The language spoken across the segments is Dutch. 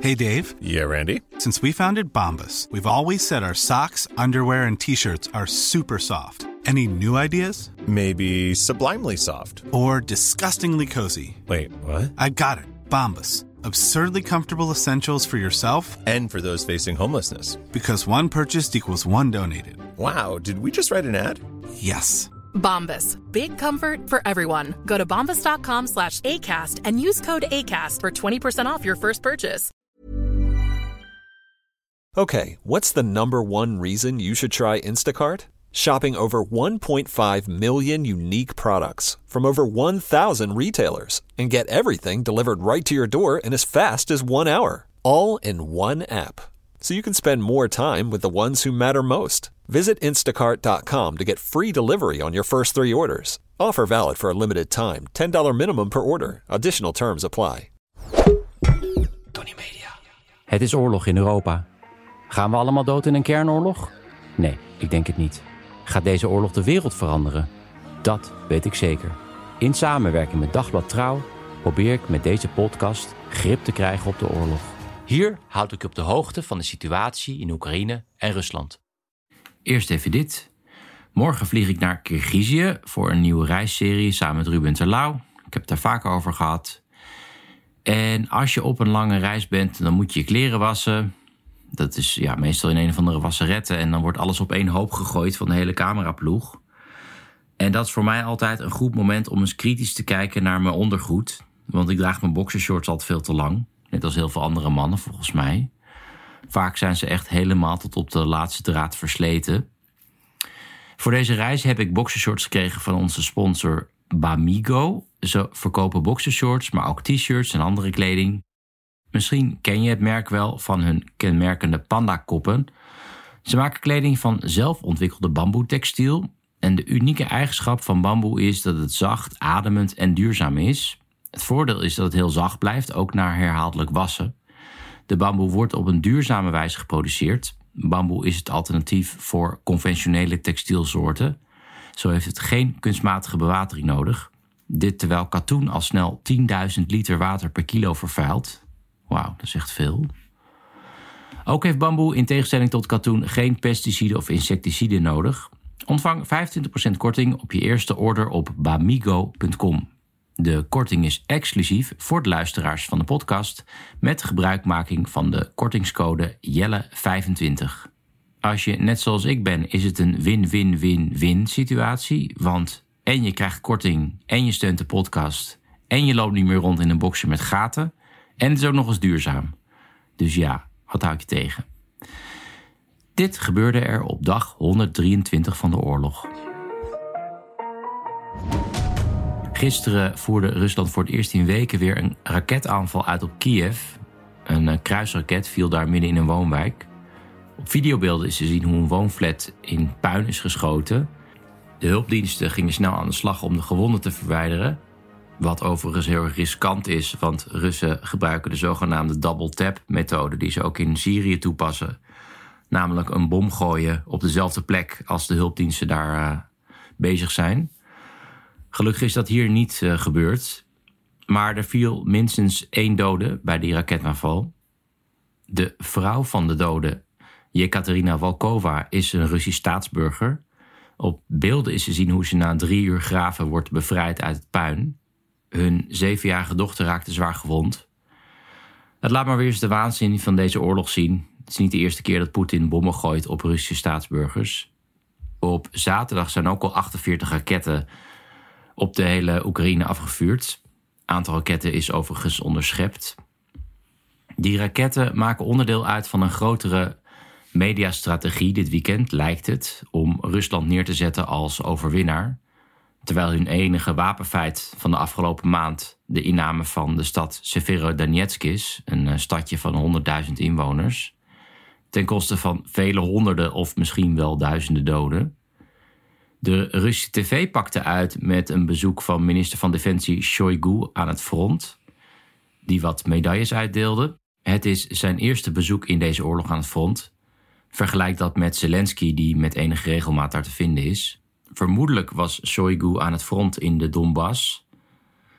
Hey, Dave. Yeah, Randy? Since we founded Bombas, we've always said our socks, underwear, and T-shirts are super soft. Any new ideas? Maybe sublimely soft. Or disgustingly cozy. Wait, what? I got it. Bombas. Absurdly comfortable essentials for yourself And for those facing homelessness. because one purchased equals one donated. Wow, did we just write an ad? Yes. Bombas. Big comfort for everyone. Go to bombas.com/ACAST and use code ACAST for 20% off your first purchase. Okay, what's the number one reason you should try Instacart? Shopping over 1.5 million unique products from over 1,000 retailers and get everything delivered right to your door in as fast as 1 hour. All in one app. So you can spend more time with the ones who matter most. Visit instacart.com to get free delivery on your first 3 orders. Offer valid for a limited time. $10 minimum per order. Additional terms apply. Tony Media. Het is oorlog in Europa. Gaan we allemaal dood in een kernoorlog? Nee, ik denk het niet. Gaat deze oorlog de wereld veranderen? Dat weet ik zeker. In samenwerking met Dagblad Trouw probeer ik met deze podcast grip te krijgen op de oorlog. Hier houd ik op de hoogte van de situatie in Oekraïne en Rusland. Eerst even dit. Morgen vlieg ik naar Kirgizië voor een nieuwe reisserie samen met Ruben Terlouw. Ik heb het daar vaker over gehad. En als je op een lange reis bent, dan moet je je kleren wassen. Dat is meestal in een of andere wasserette. En dan wordt alles op één hoop gegooid van de hele cameraploeg. En dat is voor mij altijd een goed moment om eens kritisch te kijken naar mijn ondergoed. Want ik draag mijn boxershorts altijd veel te lang. Net als heel veel andere mannen volgens mij. Vaak zijn ze echt helemaal tot op de laatste draad versleten. Voor deze reis heb ik boxershorts gekregen van onze sponsor Bamigo. Ze verkopen boxershorts, maar ook t-shirts en andere kleding. Misschien ken je het merk wel van hun kenmerkende pandakoppen. Ze maken kleding van zelfontwikkelde bamboetextiel. En de unieke eigenschap van bamboe is dat het zacht, ademend en duurzaam is. Het voordeel is dat het heel zacht blijft, ook na herhaaldelijk wassen. De bamboe wordt op een duurzame wijze geproduceerd. Bamboe is het alternatief voor conventionele textielsoorten. Zo heeft het geen kunstmatige bewatering nodig. Dit terwijl katoen al snel 10.000 liter water per kilo vervuilt. Wauw, dat is echt veel. Ook heeft bamboe in tegenstelling tot katoen geen pesticiden of insecticiden nodig. Ontvang 25% korting op je eerste order op bamigo.com. De korting is exclusief voor de luisteraars van de podcast met gebruikmaking van de kortingscode Jelle25. Als je net zoals ik ben, is het een win-win-win-win situatie, want en je krijgt korting en je steunt de podcast en je loopt niet meer rond in een boxje met gaten en het is ook nog eens duurzaam. Dus ja, wat hou je tegen? Dit gebeurde er op dag 123 van de oorlog. Gisteren voerde Rusland voor het eerst in weken weer een raketaanval uit op Kiev. Een kruisraket viel daar midden in een woonwijk. Op videobeelden is te zien hoe een woonflat in puin is geschoten. De hulpdiensten gingen snel aan de slag om de gewonden te verwijderen. Wat overigens heel erg riskant is, want Russen gebruiken de zogenaamde double-tap-methode die ze ook in Syrië toepassen. Namelijk een bom gooien op dezelfde plek als de hulpdiensten daar bezig zijn. Gelukkig is dat hier niet gebeurd. Maar er viel minstens 1 dode bij die raketaanval. De vrouw van de dode, Jekaterina Volkova, is een Russisch staatsburger. Op beelden is te zien hoe ze na 3 uur graven wordt bevrijd uit het puin. Hun 7-jarige dochter raakte zwaar gewond. Het laat maar weer eens de waanzin van deze oorlog zien. Het is niet de eerste keer dat Poetin bommen gooit op Russische staatsburgers. Op zaterdag zijn ook al 48 raketten op de hele Oekraïne afgevuurd. Het aantal raketten is overigens onderschept. Die raketten maken onderdeel uit van een grotere mediastrategie dit weekend, lijkt het, om Rusland neer te zetten als overwinnaar. Terwijl hun enige wapenfeit van de afgelopen maand de inname van de stad Severodonetsk is, een stadje van 100.000 inwoners, ten koste van vele honderden of misschien wel duizenden doden. De Russische tv pakte uit met een bezoek van minister van Defensie Shoigu aan het front, die wat medailles uitdeelde. Het is zijn eerste bezoek in deze oorlog aan het front. Vergelijk dat met Zelensky, die met enige regelmaat daar te vinden is. Vermoedelijk was Shoigu aan het front in de Donbass.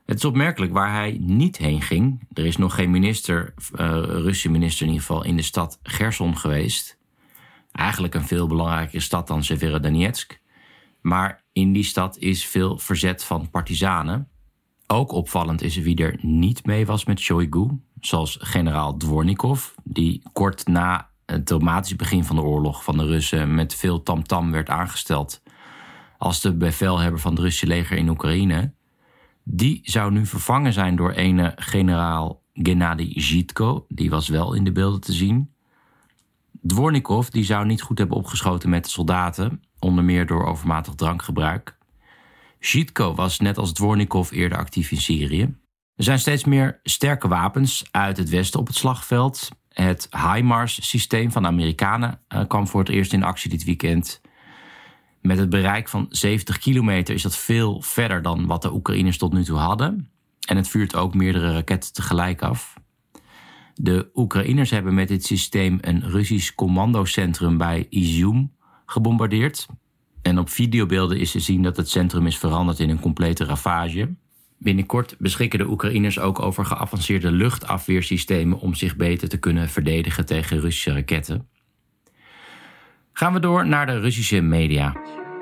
Het is opmerkelijk waar hij niet heen ging. Er is nog geen Russische minister in ieder geval, in de stad Cherson geweest. Eigenlijk een veel belangrijkere stad dan Severodonetsk. Maar in die stad is veel verzet van partizanen. Ook opvallend is wie er niet mee was met Shoigu, zoals generaal Dvornikov, die kort na het dramatische begin van de oorlog van de Russen met veel tamtam werd aangesteld als de bevelhebber van het Russische leger in Oekraïne. Die zou nu vervangen zijn door ene generaal Gennady Zhitko, die was wel in de beelden te zien. Dvornikov die zou niet goed hebben opgeschoten met de soldaten, onder meer door overmatig drankgebruik. Zhitko was net als Dvornikov eerder actief in Syrië. Er zijn steeds meer sterke wapens uit het westen op het slagveld. Het HIMARS-systeem van de Amerikanen kwam voor het eerst in actie dit weekend. Met het bereik van 70 kilometer is dat veel verder dan wat de Oekraïners tot nu toe hadden. En het vuurt ook meerdere raketten tegelijk af. De Oekraïners hebben met dit systeem een Russisch commandocentrum bij Izium gebombardeerd. En op videobeelden is te zien dat het centrum is veranderd in een complete ravage. Binnenkort beschikken de Oekraïners ook over geavanceerde luchtafweersystemen om zich beter te kunnen verdedigen tegen Russische raketten. Gaan we door naar de Russische media.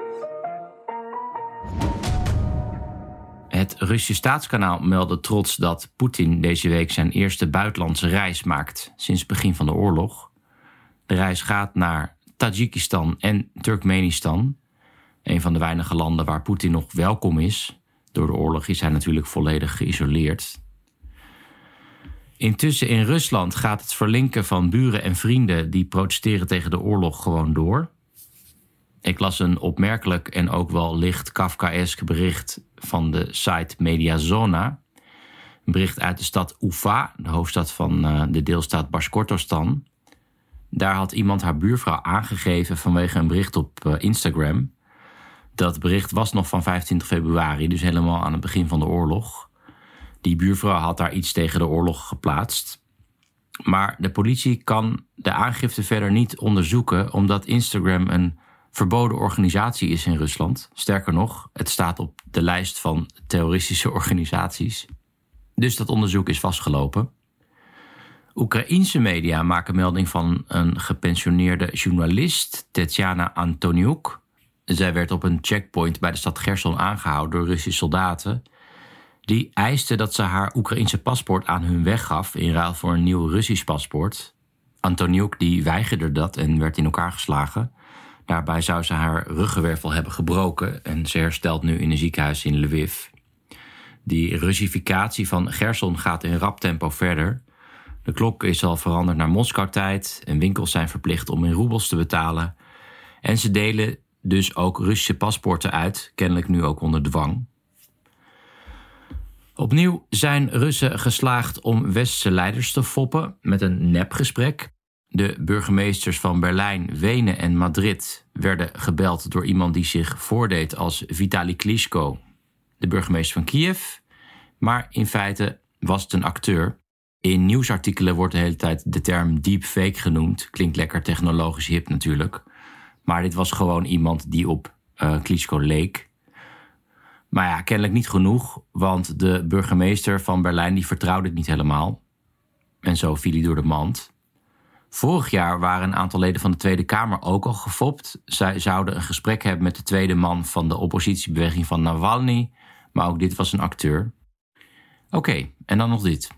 Het Russische staatskanaal meldde trots dat Poetin deze week zijn eerste buitenlandse reis maakt sinds het begin van de oorlog. De reis gaat naar Tajikistan en Turkmenistan, een van de weinige landen waar Poetin nog welkom is. Door de oorlog is hij natuurlijk volledig geïsoleerd. Intussen in Rusland gaat het verlinken van buren en vrienden die protesteren tegen de oorlog gewoon door. Ik las een opmerkelijk en ook wel licht Kafkaesk bericht van de site Mediazona. Een bericht uit de stad Ufa, de hoofdstad van de deelstaat Bashkortostan. Daar had iemand haar buurvrouw aangegeven vanwege een bericht op Instagram. Dat bericht was nog van 25 februari, dus helemaal aan het begin van de oorlog. Die buurvrouw had daar iets tegen de oorlog geplaatst. Maar de politie kan de aangifte verder niet onderzoeken, omdat Instagram een verboden organisatie is in Rusland. Sterker nog, het staat op de lijst van terroristische organisaties. Dus dat onderzoek is vastgelopen. Oekraïense media maken melding van een gepensioneerde journalist, Tetjana Antoniuk. Zij werd op een checkpoint bij de stad Cherson aangehouden door Russische soldaten. Die eisten dat ze haar Oekraïense paspoort aan hun weggaf in ruil voor een nieuw Russisch paspoort. Antoniuk die weigerde dat en werd in elkaar geslagen. Daarbij zou ze haar ruggenwervel hebben gebroken en ze herstelt nu in een ziekenhuis in Lviv. Die Russificatie van Cherson gaat in rap tempo verder. De klok is al veranderd naar Moskou-tijd en winkels zijn verplicht om in roebels te betalen. En ze delen dus ook Russische paspoorten uit, kennelijk nu ook onder dwang. Opnieuw zijn Russen geslaagd om westerse leiders te foppen met een nepgesprek. De burgemeesters van Berlijn, Wenen en Madrid werden gebeld door iemand die zich voordeed als Vitali Klitschko, de burgemeester van Kiev. Maar in feite was het een acteur. In nieuwsartikelen wordt de hele tijd de term deepfake genoemd. Klinkt lekker technologisch hip natuurlijk. Maar dit was gewoon iemand die op Klitschko leek. Maar ja, kennelijk niet genoeg, want de burgemeester van Berlijn die vertrouwde het niet helemaal. En zo viel hij door de mand. Vorig jaar waren een aantal leden van de Tweede Kamer ook al gefopt. Zij zouden een gesprek hebben met de tweede man van de oppositiebeweging van Navalny. Maar ook dit was een acteur. Oké, en dan nog dit.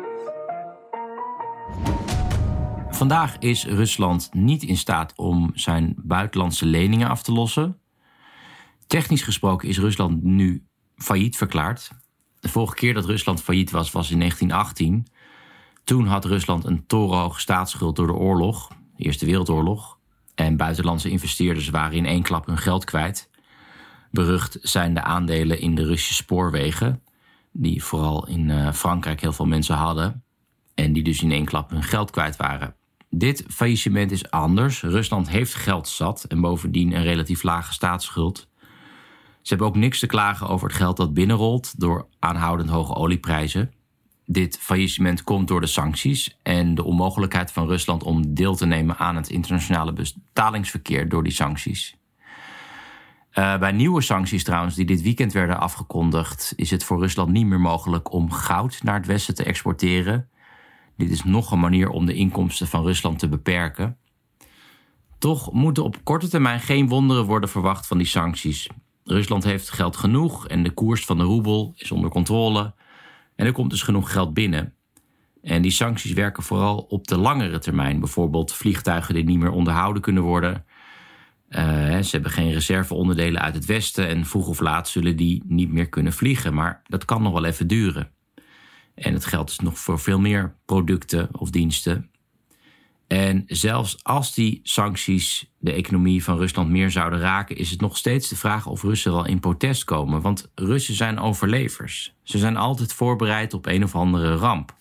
Vandaag is Rusland niet in staat om zijn buitenlandse leningen af te lossen. Technisch gesproken is Rusland nu failliet verklaard. De vorige keer dat Rusland failliet was in 1918. Toen had Rusland een torenhoge staatsschuld door de oorlog, de Eerste Wereldoorlog. En buitenlandse investeerders waren in één klap hun geld kwijt. Berucht zijn de aandelen in de Russische spoorwegen, die vooral in Frankrijk heel veel mensen hadden. En die dus in één klap hun geld kwijt waren. Dit faillissement is anders. Rusland heeft geld zat en bovendien een relatief lage staatsschuld. Ze hebben ook niks te klagen over het geld dat binnenrolt door aanhoudend hoge olieprijzen. Dit faillissement komt door de sancties en de onmogelijkheid van Rusland om deel te nemen aan het internationale betalingsverkeer door die sancties. Bij nieuwe sancties trouwens, die dit weekend werden afgekondigd, is het voor Rusland niet meer mogelijk om goud naar het westen te exporteren. Dit is nog een manier om de inkomsten van Rusland te beperken. Toch moeten op korte termijn geen wonderen worden verwacht van die sancties. Rusland heeft geld genoeg en de koers van de roebel is onder controle. En er komt dus genoeg geld binnen. En die sancties werken vooral op de langere termijn. Bijvoorbeeld vliegtuigen die niet meer onderhouden kunnen worden. Ze hebben geen reserveonderdelen uit het westen en vroeg of laat zullen die niet meer kunnen vliegen. Maar dat kan nog wel even duren. En het geldt dus nog voor veel meer producten of diensten. En zelfs als die sancties de economie van Rusland meer zouden raken, is het nog steeds de vraag of Russen wel in protest komen. Want Russen zijn overlevers. Ze zijn altijd voorbereid op een of andere ramp.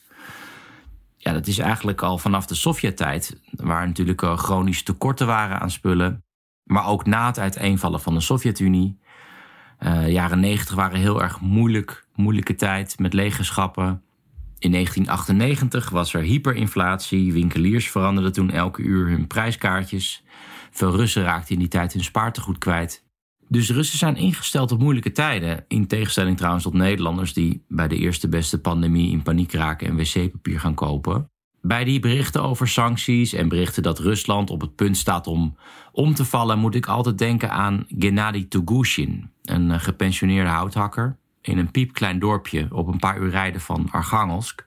Ja, dat is eigenlijk al vanaf de Sovjet-tijd, waar natuurlijk chronische tekorten waren aan spullen. Maar ook na het uiteenvallen van de Sovjet-Unie. Jaren 90 waren heel erg moeilijke tijd met legerschappen. In 1998 was er hyperinflatie. Winkeliers veranderden toen elke uur hun prijskaartjes. Veel Russen raakten in die tijd hun spaartegoed kwijt. Dus Russen zijn ingesteld op moeilijke tijden. In tegenstelling trouwens tot Nederlanders die bij de eerste beste pandemie in paniek raken en wc-papier gaan kopen. Bij die berichten over sancties en berichten dat Rusland op het punt staat om te vallen, moet ik altijd denken aan Gennady Tugushin, een gepensioneerde houthakker in een piepklein dorpje op een paar uur rijden van Archangelsk.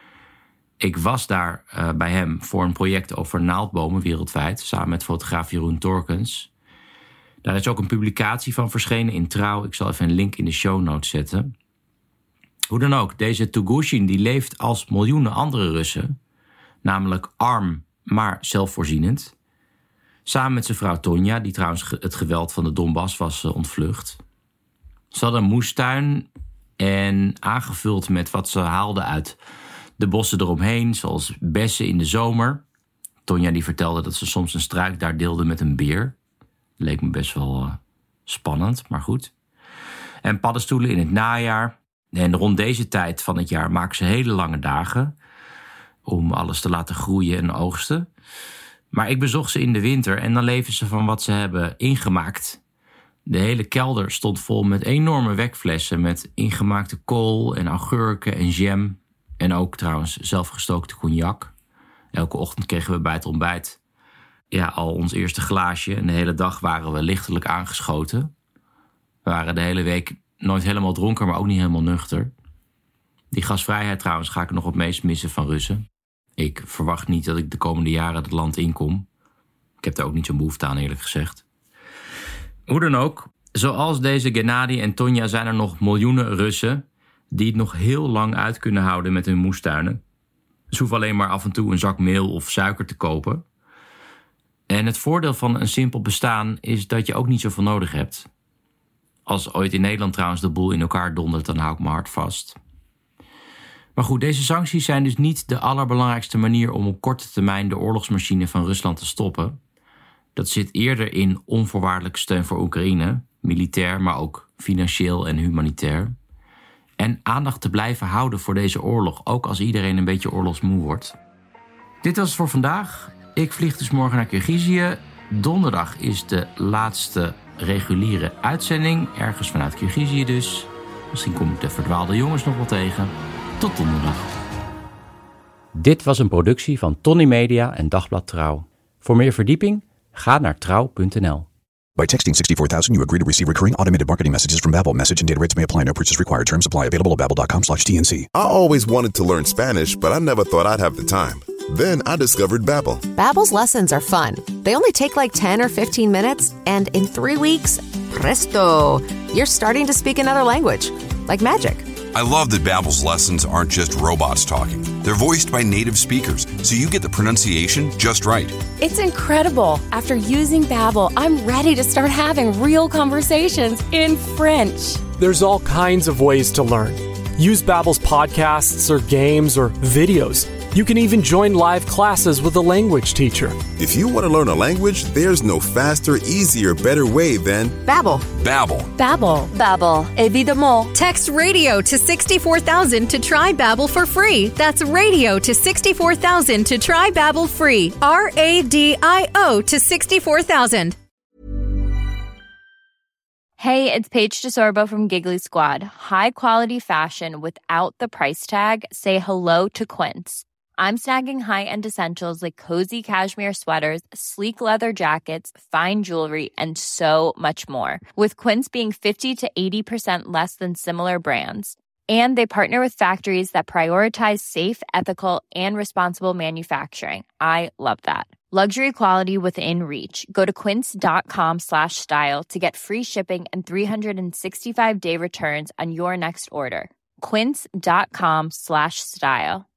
Ik was daar bij hem voor een project over naaldbomen wereldwijd, samen met fotograaf Jeroen Torkens. Daar is ook een publicatie van verschenen in Trouw. Ik zal even een link in de show notes zetten. Hoe dan ook, deze Tugushin die leeft als miljoenen andere Russen, namelijk arm, maar zelfvoorzienend. Samen met zijn vrouw Tonja, die trouwens het geweld van de Donbass was ontvlucht. Ze hadden een moestuin en aangevuld met wat ze haalden uit de bossen eromheen, zoals bessen in de zomer. Tonja die vertelde dat ze soms een struik daar deelde met een beer. Leek me best wel spannend, maar goed. En paddenstoelen in het najaar. En rond deze tijd van het jaar maken ze hele lange dagen om alles te laten groeien en oogsten. Maar ik bezocht ze in de winter en dan leven ze van wat ze hebben ingemaakt. De hele kelder stond vol met enorme wekflessen met ingemaakte kool en augurken en jam. En ook trouwens zelfgestookte cognac. Elke ochtend kregen we bij het ontbijt al ons eerste glaasje. En de hele dag waren we lichtelijk aangeschoten. We waren de hele week nooit helemaal dronken, maar ook niet helemaal nuchter. Die gasvrijheid trouwens ga ik nog het meest missen van Russen. Ik verwacht niet dat ik de komende jaren het land inkom. Ik heb daar ook niet zo'n behoefte aan, eerlijk gezegd. Hoe dan ook, zoals deze Gennady en Tonja zijn er nog miljoenen Russen die het nog heel lang uit kunnen houden met hun moestuinen. Ze hoeven alleen maar af en toe een zak meel of suiker te kopen. En het voordeel van een simpel bestaan is dat je ook niet zoveel nodig hebt. Als ooit in Nederland trouwens de boel in elkaar dondert, dan hou ik mijn hart vast. Maar goed, deze sancties zijn dus niet de allerbelangrijkste manier om op korte termijn de oorlogsmachine van Rusland te stoppen. Dat zit eerder in onvoorwaardelijke steun voor Oekraïne, militair, maar ook financieel en humanitair. En aandacht te blijven houden voor deze oorlog, ook als iedereen een beetje oorlogsmoe wordt. Dit was het voor vandaag. Ik vlieg dus morgen naar Kirgizië. Donderdag is de laatste reguliere uitzending, ergens vanuit Kirgizië dus. Misschien kom ik de verdwaalde jongens nog wel tegen. Tot donderdag. Dit was een productie van Tony Media en Dagblad Trouw. Voor meer verdieping, ga naar trouw.nl. By texting 64000, you agree to receive recurring automated marketing messages from Babbel. Message and data rates may apply. No purchase required. Terms apply. Available at babbel.com/TNC. I always wanted to learn Spanish, but I never thought I'd have the time. Then I discovered Babbel. Babbel's lessons are fun. They only take like 10 or 15 minutes, and in 3 weeks, presto, you're starting to speak another language, like magic. I love that Babbel's lessons aren't just robots talking. They're voiced by native speakers, so you get the pronunciation just right. It's incredible. After using Babbel, I'm ready to start having real conversations in French. There's all kinds of ways to learn. Use Babbel's podcasts or games or videos. You can even join live classes with a language teacher. If you want to learn a language, there's no faster, easier, better way than Babbel. Babbel. Babbel. Babbel. Évidemment. Text radio to 64,000 to try Babbel for free. That's radio to 64,000 to try Babbel free. RADIO to 64,000. Hey, it's Paige DeSorbo from Giggly Squad. High quality fashion without the price tag. Say hello to Quince. I'm snagging high-end essentials like cozy cashmere sweaters, sleek leather jackets, fine jewelry, and so much more. With Quince being 50 to 80% less than similar brands. And they partner with factories that prioritize safe, ethical, and responsible manufacturing. I love that. Luxury quality within reach. Go to quince.com/style to get free shipping and 365-day returns on your next order. Quince.com/style.